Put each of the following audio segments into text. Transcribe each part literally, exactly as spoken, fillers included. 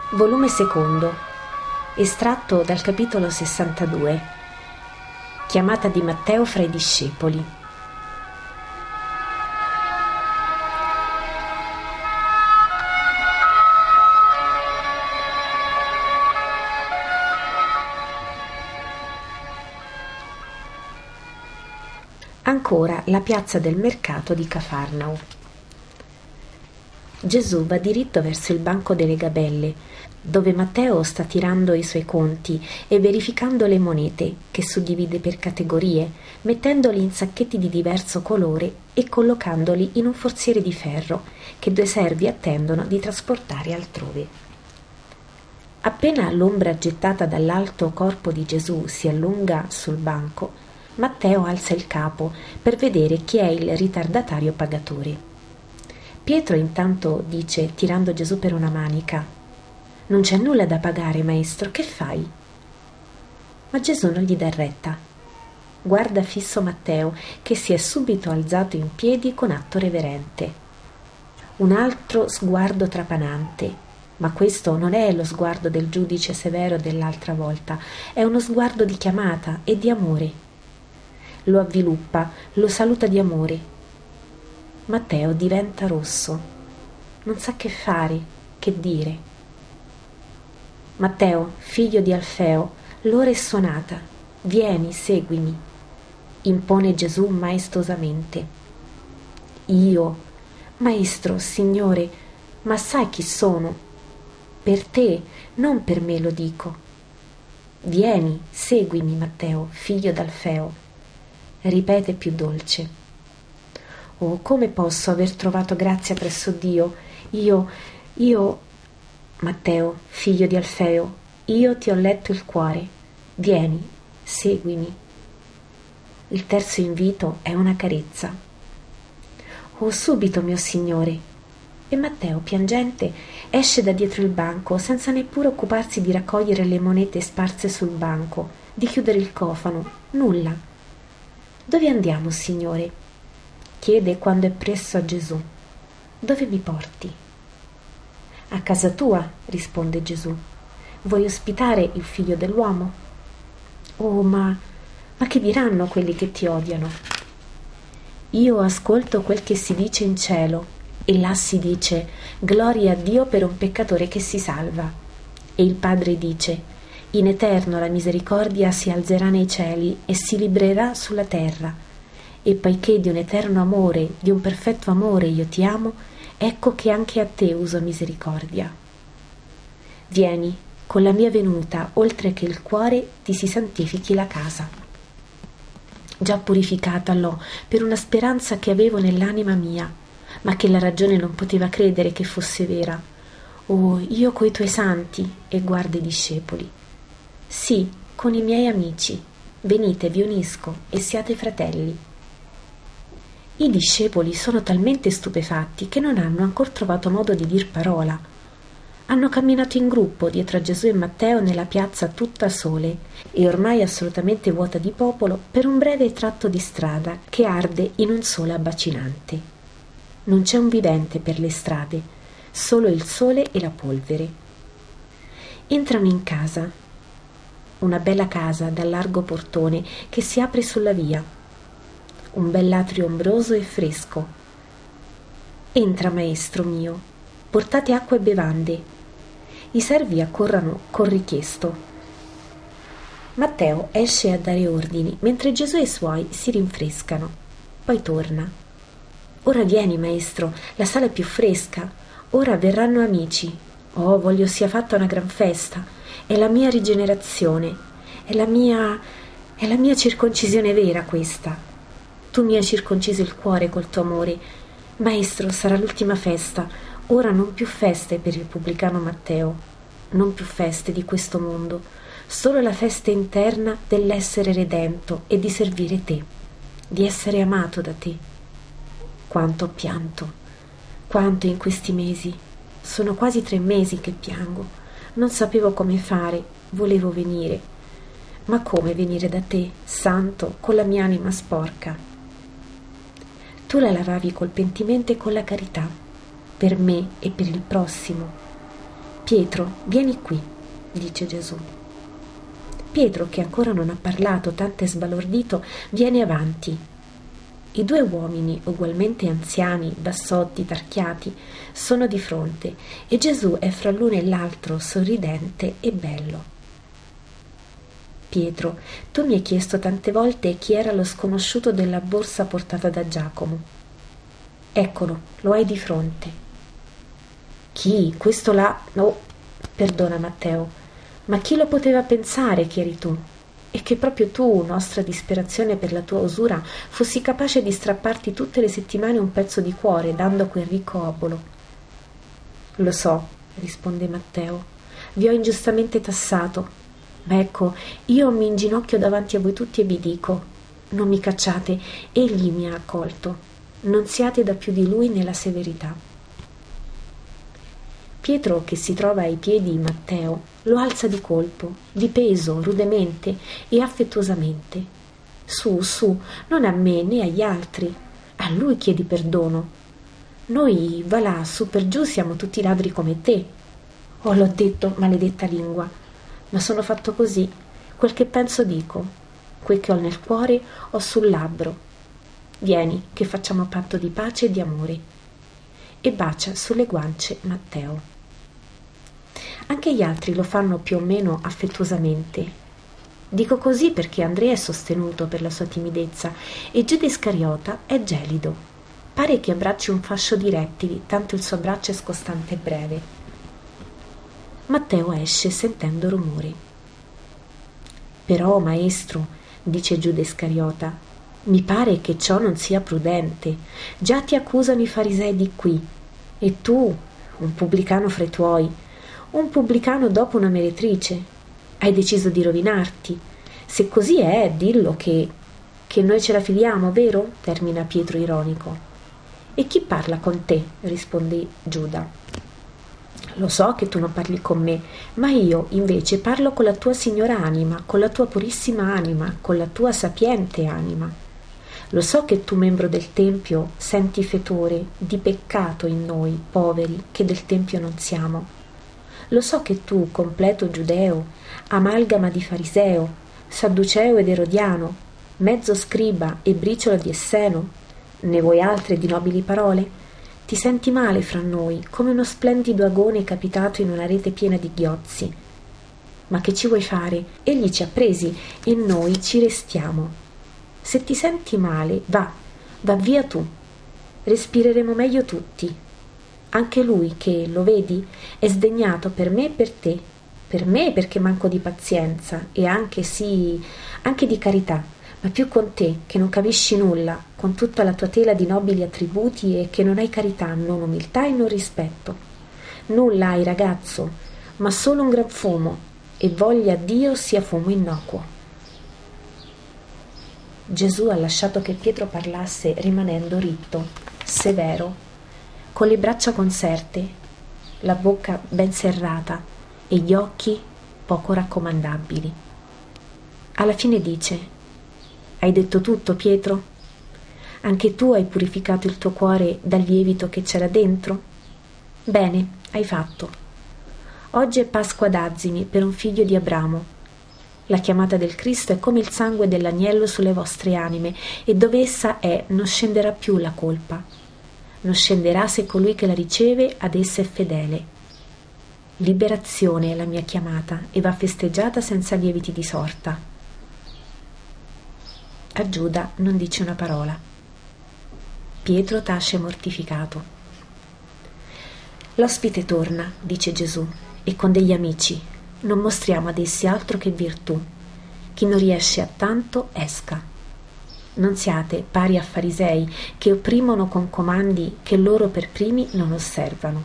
Volume secondo, estratto dal capitolo sessantadue, chiamata di Matteo fra i discepoli. Ancora la piazza del mercato di Cafarnao. Gesù va diritto verso il banco delle gabelle, dove Matteo sta tirando i suoi conti e verificando le monete, che suddivide per categorie, mettendoli in sacchetti di diverso colore e collocandoli in un forziere di ferro che due servi attendono di trasportare altrove. Appena l'ombra gettata dall'alto corpo di Gesù si allunga sul banco, Matteo alza il capo per vedere chi è il ritardatario pagatore. Pietro intanto dice, tirando Gesù per una manica: «Non c'è nulla da pagare, maestro, che fai?» Ma Gesù non gli dà retta. Guarda fisso Matteo, che si è subito alzato in piedi con atto reverente. Un altro sguardo trapanante, ma questo non è lo sguardo del giudice severo dell'altra volta, è uno sguardo di chiamata e di amore. Lo avviluppa, lo saluta di amore. Matteo diventa rosso, non sa che fare, che dire. «Matteo, figlio di Alfeo, l'ora è suonata, vieni, seguimi», impone Gesù maestosamente. «Io, maestro, Signore, ma sai chi sono? Per te, non per me lo dico. Vieni, seguimi, Matteo, figlio d'Alfeo», ripete più dolce. «Oh, come posso aver trovato grazia presso Dio? Io, io, Matteo, figlio di Alfeo, io ti ho letto il cuore. Vieni, seguimi». Il terzo invito è una carezza. «Oh, subito, mio Signore». E Matteo, piangente, esce da dietro il banco, senza neppure occuparsi di raccogliere le monete sparse sul banco, di chiudere il cofano, nulla. «Dove andiamo, Signore?» chiede quando è presso a Gesù. «Dove mi porti?» «A casa tua», risponde Gesù. «Vuoi ospitare il figlio dell'uomo?» «Oh, ma, ma che diranno quelli che ti odiano?» «Io ascolto quel che si dice in cielo, e là si dice: gloria a Dio per un peccatore che si salva. E il Padre dice: in eterno la misericordia si alzerà nei cieli e si librerà sulla terra. E poiché di un eterno amore, di un perfetto amore io ti amo, ecco che anche a te uso misericordia. Vieni, con la mia venuta, oltre che il cuore ti si santifichi la casa. Già purificata l'ho per una speranza che avevo nell'anima mia, ma che la ragione non poteva credere che fosse vera. Oh, io coi tuoi santi», e guarda i discepoli. «Sì, con i miei amici. Venite, vi unisco, e siate fratelli». I discepoli sono talmente stupefatti che non hanno ancora trovato modo di dir parola. Hanno camminato in gruppo dietro a Gesù e Matteo nella piazza tutta sole e ormai assolutamente vuota di popolo per un breve tratto di strada che arde in un sole abbacinante. Non c'è un vivente per le strade, solo il sole e la polvere. Entrano in casa, una bella casa dal largo portone che si apre sulla via. Un bell'atrio ombroso e fresco. «Entra, maestro mio, portate acqua e bevande». I servi accorrono col richiesto. Matteo esce a dare ordini, mentre Gesù e i suoi si rinfrescano. Poi torna. «Ora vieni, maestro, la sala è più fresca. Ora verranno amici. Oh, voglio sia fatta una gran festa. È la mia rigenerazione. È la mia... è la mia circoncisione vera questa. Tu mi hai circonciso il cuore col tuo amore. Maestro, sarà l'ultima festa. Ora non più feste per il pubblicano Matteo, non più feste di questo mondo, solo la festa interna dell'essere redento e di servire te, di essere amato da te. Quanto ho pianto, quanto in questi mesi. Sono quasi tre mesi che piango. Non sapevo come fare, volevo venire. Ma come venire da te, santo, con la mia anima sporca? Tu la lavavi col pentimento e con la carità, per me e per il prossimo. Pietro, vieni qui, dice Gesù. Pietro, che ancora non ha parlato, tanto è sbalordito, viene avanti. I due uomini, ugualmente anziani, bassotti, tarchiati, sono di fronte e Gesù è fra l'uno e l'altro, sorridente e bello. Pietro, tu mi hai chiesto tante volte chi era lo sconosciuto della borsa portata da Giacomo. Eccolo, lo hai di fronte. Chi? Questo là? Oh, perdona Matteo, ma chi lo poteva pensare che eri tu? E che proprio tu, nostra disperazione per la tua usura, fossi capace di strapparti tutte le settimane un pezzo di cuore, dando a quel ricco obolo. Lo so, risponde Matteo, vi ho ingiustamente tassato, ma ecco, io mi inginocchio davanti a voi tutti e vi dico, non mi cacciate, egli mi ha accolto, non siate da più di lui nella severità. Pietro, che si trova ai piedi di Matteo, lo alza di colpo, di peso, rudemente e affettuosamente. Su, su, non a me né agli altri, a lui chiedi perdono. Noi, va là, su per giù, siamo tutti ladri come te. Oh, l'ho detto, maledetta lingua, ma sono fatto così, quel che penso dico, quel che ho nel cuore ho sul labbro. Vieni, che facciamo patto di pace e di amore. E bacia sulle guance Matteo. Anche gli altri lo fanno più o meno affettuosamente. Dico così perché Andrea è sostenuto per la sua timidezza e Giuda Iscariota è gelido. Pare che abbracci un fascio di rettili, tanto il suo abbraccio è scostante e breve. Matteo esce sentendo rumori. Però, maestro, dice Giuda Iscariota, mi pare che ciò non sia prudente. Già ti accusano i farisei di qui. E tu, un pubblicano fra i tuoi, un pubblicano dopo una meretrice, hai deciso di rovinarti. Se così è, dillo che, che noi ce la filiamo, vero? Termina Pietro ironico. E chi parla con te? Risponde Giuda. Lo so che tu non parli con me, ma io invece parlo con la tua signora anima, con la tua purissima anima, con la tua sapiente anima. Lo so che tu, membro del Tempio, senti fetore di peccato in noi, poveri, che del Tempio non siamo. Lo so che tu, completo giudeo, amalgama di fariseo, sadduceo ed erodiano, mezzo scriba e briciola di Esseno, ne vuoi altre di nobili parole? Ti senti male fra noi, come uno splendido agone capitato in una rete piena di ghiozzi. Ma che ci vuoi fare? Egli ci ha presi e noi ci restiamo. Se ti senti male, va, va via tu. Respireremo meglio tutti. Anche lui che, lo vedi, è sdegnato per me e per te, per me perché manco di pazienza e anche sì, anche di carità, ma più con te che non capisci nulla, con tutta la tua tela di nobili attributi e che non hai carità, non umiltà e non rispetto. Nulla hai, ragazzo, ma solo un gran fumo, e voglia Dio sia fumo innocuo. Gesù ha lasciato che Pietro parlasse rimanendo ritto, severo, con le braccia conserte, la bocca ben serrata e gli occhi poco raccomandabili. Alla fine dice: hai detto tutto, Pietro? Anche tu hai purificato il tuo cuore dal lievito che c'era dentro? Bene, hai fatto. Oggi è Pasqua d'Azimi per un figlio di Abramo. La chiamata del Cristo è come il sangue dell'agnello sulle vostre anime, e dove essa è non scenderà più la colpa. Non scenderà se colui che la riceve ad essa è fedele. Liberazione è la mia chiamata e va festeggiata senza lieviti di sorta. A Giuda non dice una parola. Pietro tace mortificato. L'ospite torna, dice Gesù, e con degli amici. Non mostriamo ad essi altro che virtù. Chi non riesce a tanto esca. Non siate pari a farisei che opprimono con comandi che loro per primi non osservano.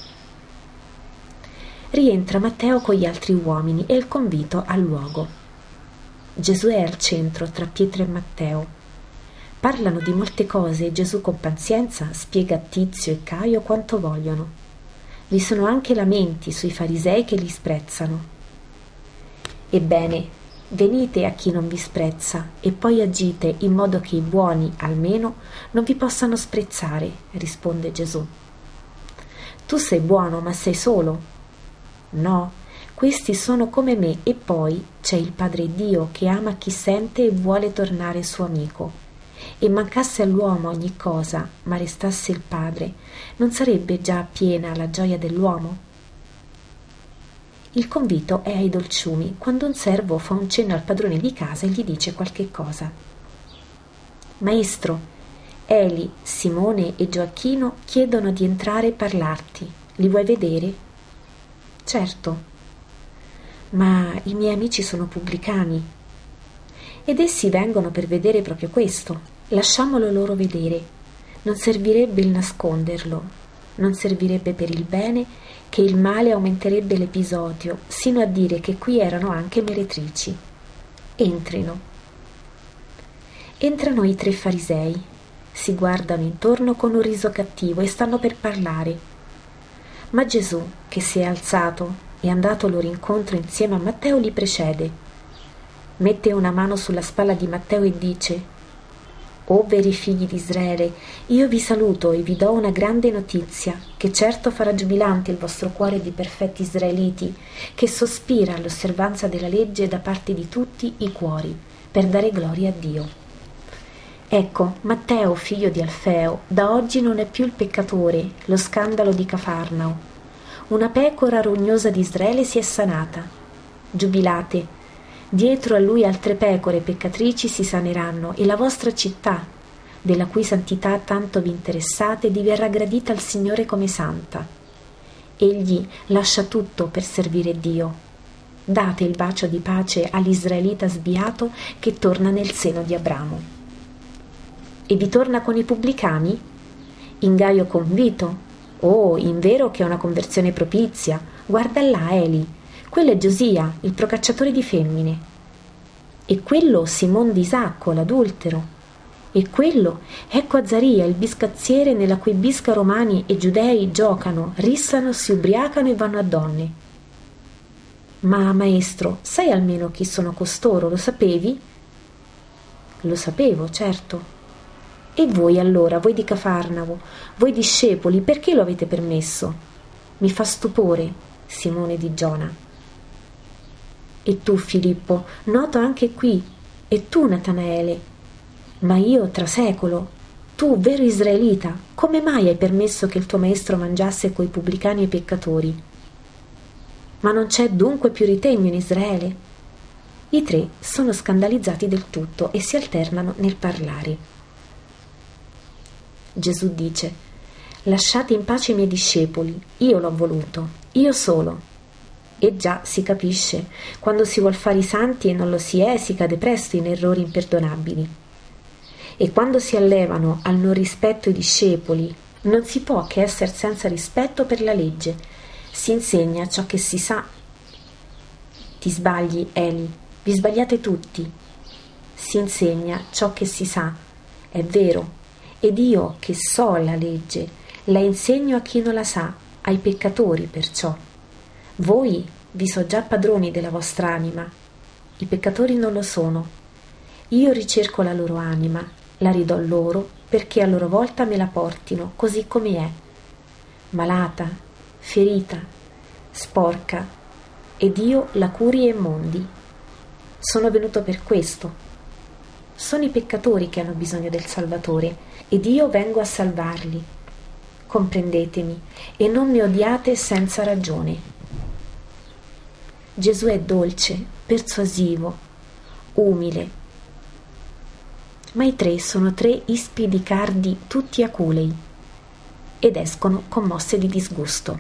Rientra Matteo con gli altri uomini e il convito ha luogo. Gesù è al centro tra Pietro e Matteo. Parlano di molte cose e Gesù con pazienza spiega a Tizio e Caio quanto vogliono. Vi sono anche lamenti sui farisei che li sprezzano. Ebbene, venite a chi non vi sprezza e poi agite in modo che i buoni, almeno, non vi possano sprezzare, risponde Gesù. Tu sei buono, ma sei solo. No, questi sono come me, e poi c'è il Padre Dio che ama chi sente e vuole tornare suo amico. E mancasse all'uomo ogni cosa, ma restasse il Padre, non sarebbe già piena la gioia dell'uomo? Il convito è ai dolciumi, quando un servo fa un cenno al padrone di casa e gli dice qualche cosa. Maestro, Eli, Simone e Gioacchino chiedono di entrare e parlarti. Li vuoi vedere? Certo. Ma i miei amici sono pubblicani. Ed essi vengono per vedere proprio questo. Lasciamolo loro vedere. Non servirebbe il nasconderlo, non servirebbe per il bene, che il male aumenterebbe l'episodio, sino a dire che qui erano anche meretrici. Entrino. Entrano i tre farisei, si guardano intorno con un riso cattivo e stanno per parlare. Ma Gesù, che si è alzato e andato loro incontro insieme a Matteo, li precede. Mette una mano sulla spalla di Matteo e dice: O veri figli di Israele, io vi saluto e vi do una grande notizia, che certo farà giubilante il vostro cuore di perfetti israeliti, che sospira all'osservanza della legge da parte di tutti i cuori, per dare gloria a Dio. Ecco, Matteo, figlio di Alfeo, da oggi non è più il peccatore, lo scandalo di Cafarnao. Una pecora rognosa di Israele si è sanata. Giubilate. Dietro a lui altre pecore peccatrici si saneranno, e la vostra città, della cui santità tanto vi interessate, diverrà gradita al Signore come santa. Egli lascia tutto per servire Dio. Date il bacio di pace all'israelita sbiato che torna nel seno di Abramo. E vi torna con i pubblicani? Ingaio convito? Oh, invero che è una conversione propizia. Guarda là, Eli. Quello è Giosia, il procacciatore di femmine. E quello Simon di Isacco, l'adultero. E quello, ecco Azzaria, il biscazziere nella cui bisca romani e giudei giocano, rissano, si ubriacano e vanno a donne. Ma, maestro, sai almeno chi sono costoro, lo sapevi? Lo sapevo, certo. E voi allora, voi di Cafarnao, voi discepoli, perché lo avete permesso? Mi fa stupore, Simone di Giona. E tu, Filippo, noto anche qui, e tu, Natanaele. Ma io trasecolo, tu, vero israelita, come mai hai permesso che il tuo maestro mangiasse coi pubblicani e i peccatori? Ma non c'è dunque più ritegno in Israele? I tre sono scandalizzati del tutto e si alternano nel parlare. Gesù dice: lasciate in pace i miei discepoli, io l'ho voluto, io solo. E già si capisce, quando si vuol fare i santi e non lo si è, si cade presto in errori imperdonabili. E quando si allevano al non rispetto i discepoli, non si può che essere senza rispetto per la legge. Si insegna ciò che si sa. Ti sbagli, Eli, vi sbagliate tutti. Si insegna ciò che si sa, è vero, ed io che so la legge, la insegno a chi non la sa, ai peccatori perciò. Voi vi so già padroni della vostra anima, i peccatori non lo sono. Io ricerco la loro anima, la ridò loro perché a loro volta me la portino così come è, malata, ferita, sporca, ed io la curi e mondi. Sono venuto per questo. Sono i peccatori che hanno bisogno del Salvatore ed io vengo a salvarli. Comprendetemi e non mi odiate senza ragione. Gesù è dolce, persuasivo, umile. Ma i tre sono tre ispidi cardi tutti aculei ed escono con mosse di disgusto.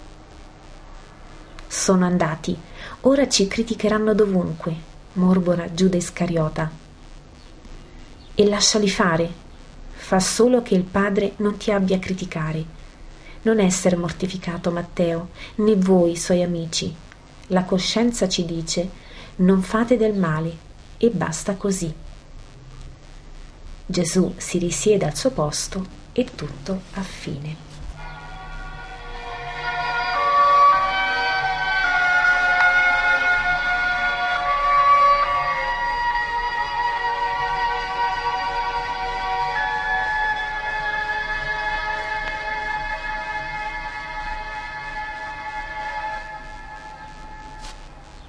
Sono andati, ora ci criticheranno dovunque, mormora Giuda Iscariota. E lasciali fare, fa solo che il Padre non ti abbia a criticare. Non essere mortificato, Matteo, né voi, suoi amici. La coscienza ci dice: non fate del male, e basta così. Gesù si risiede al suo posto e tutto ha fine.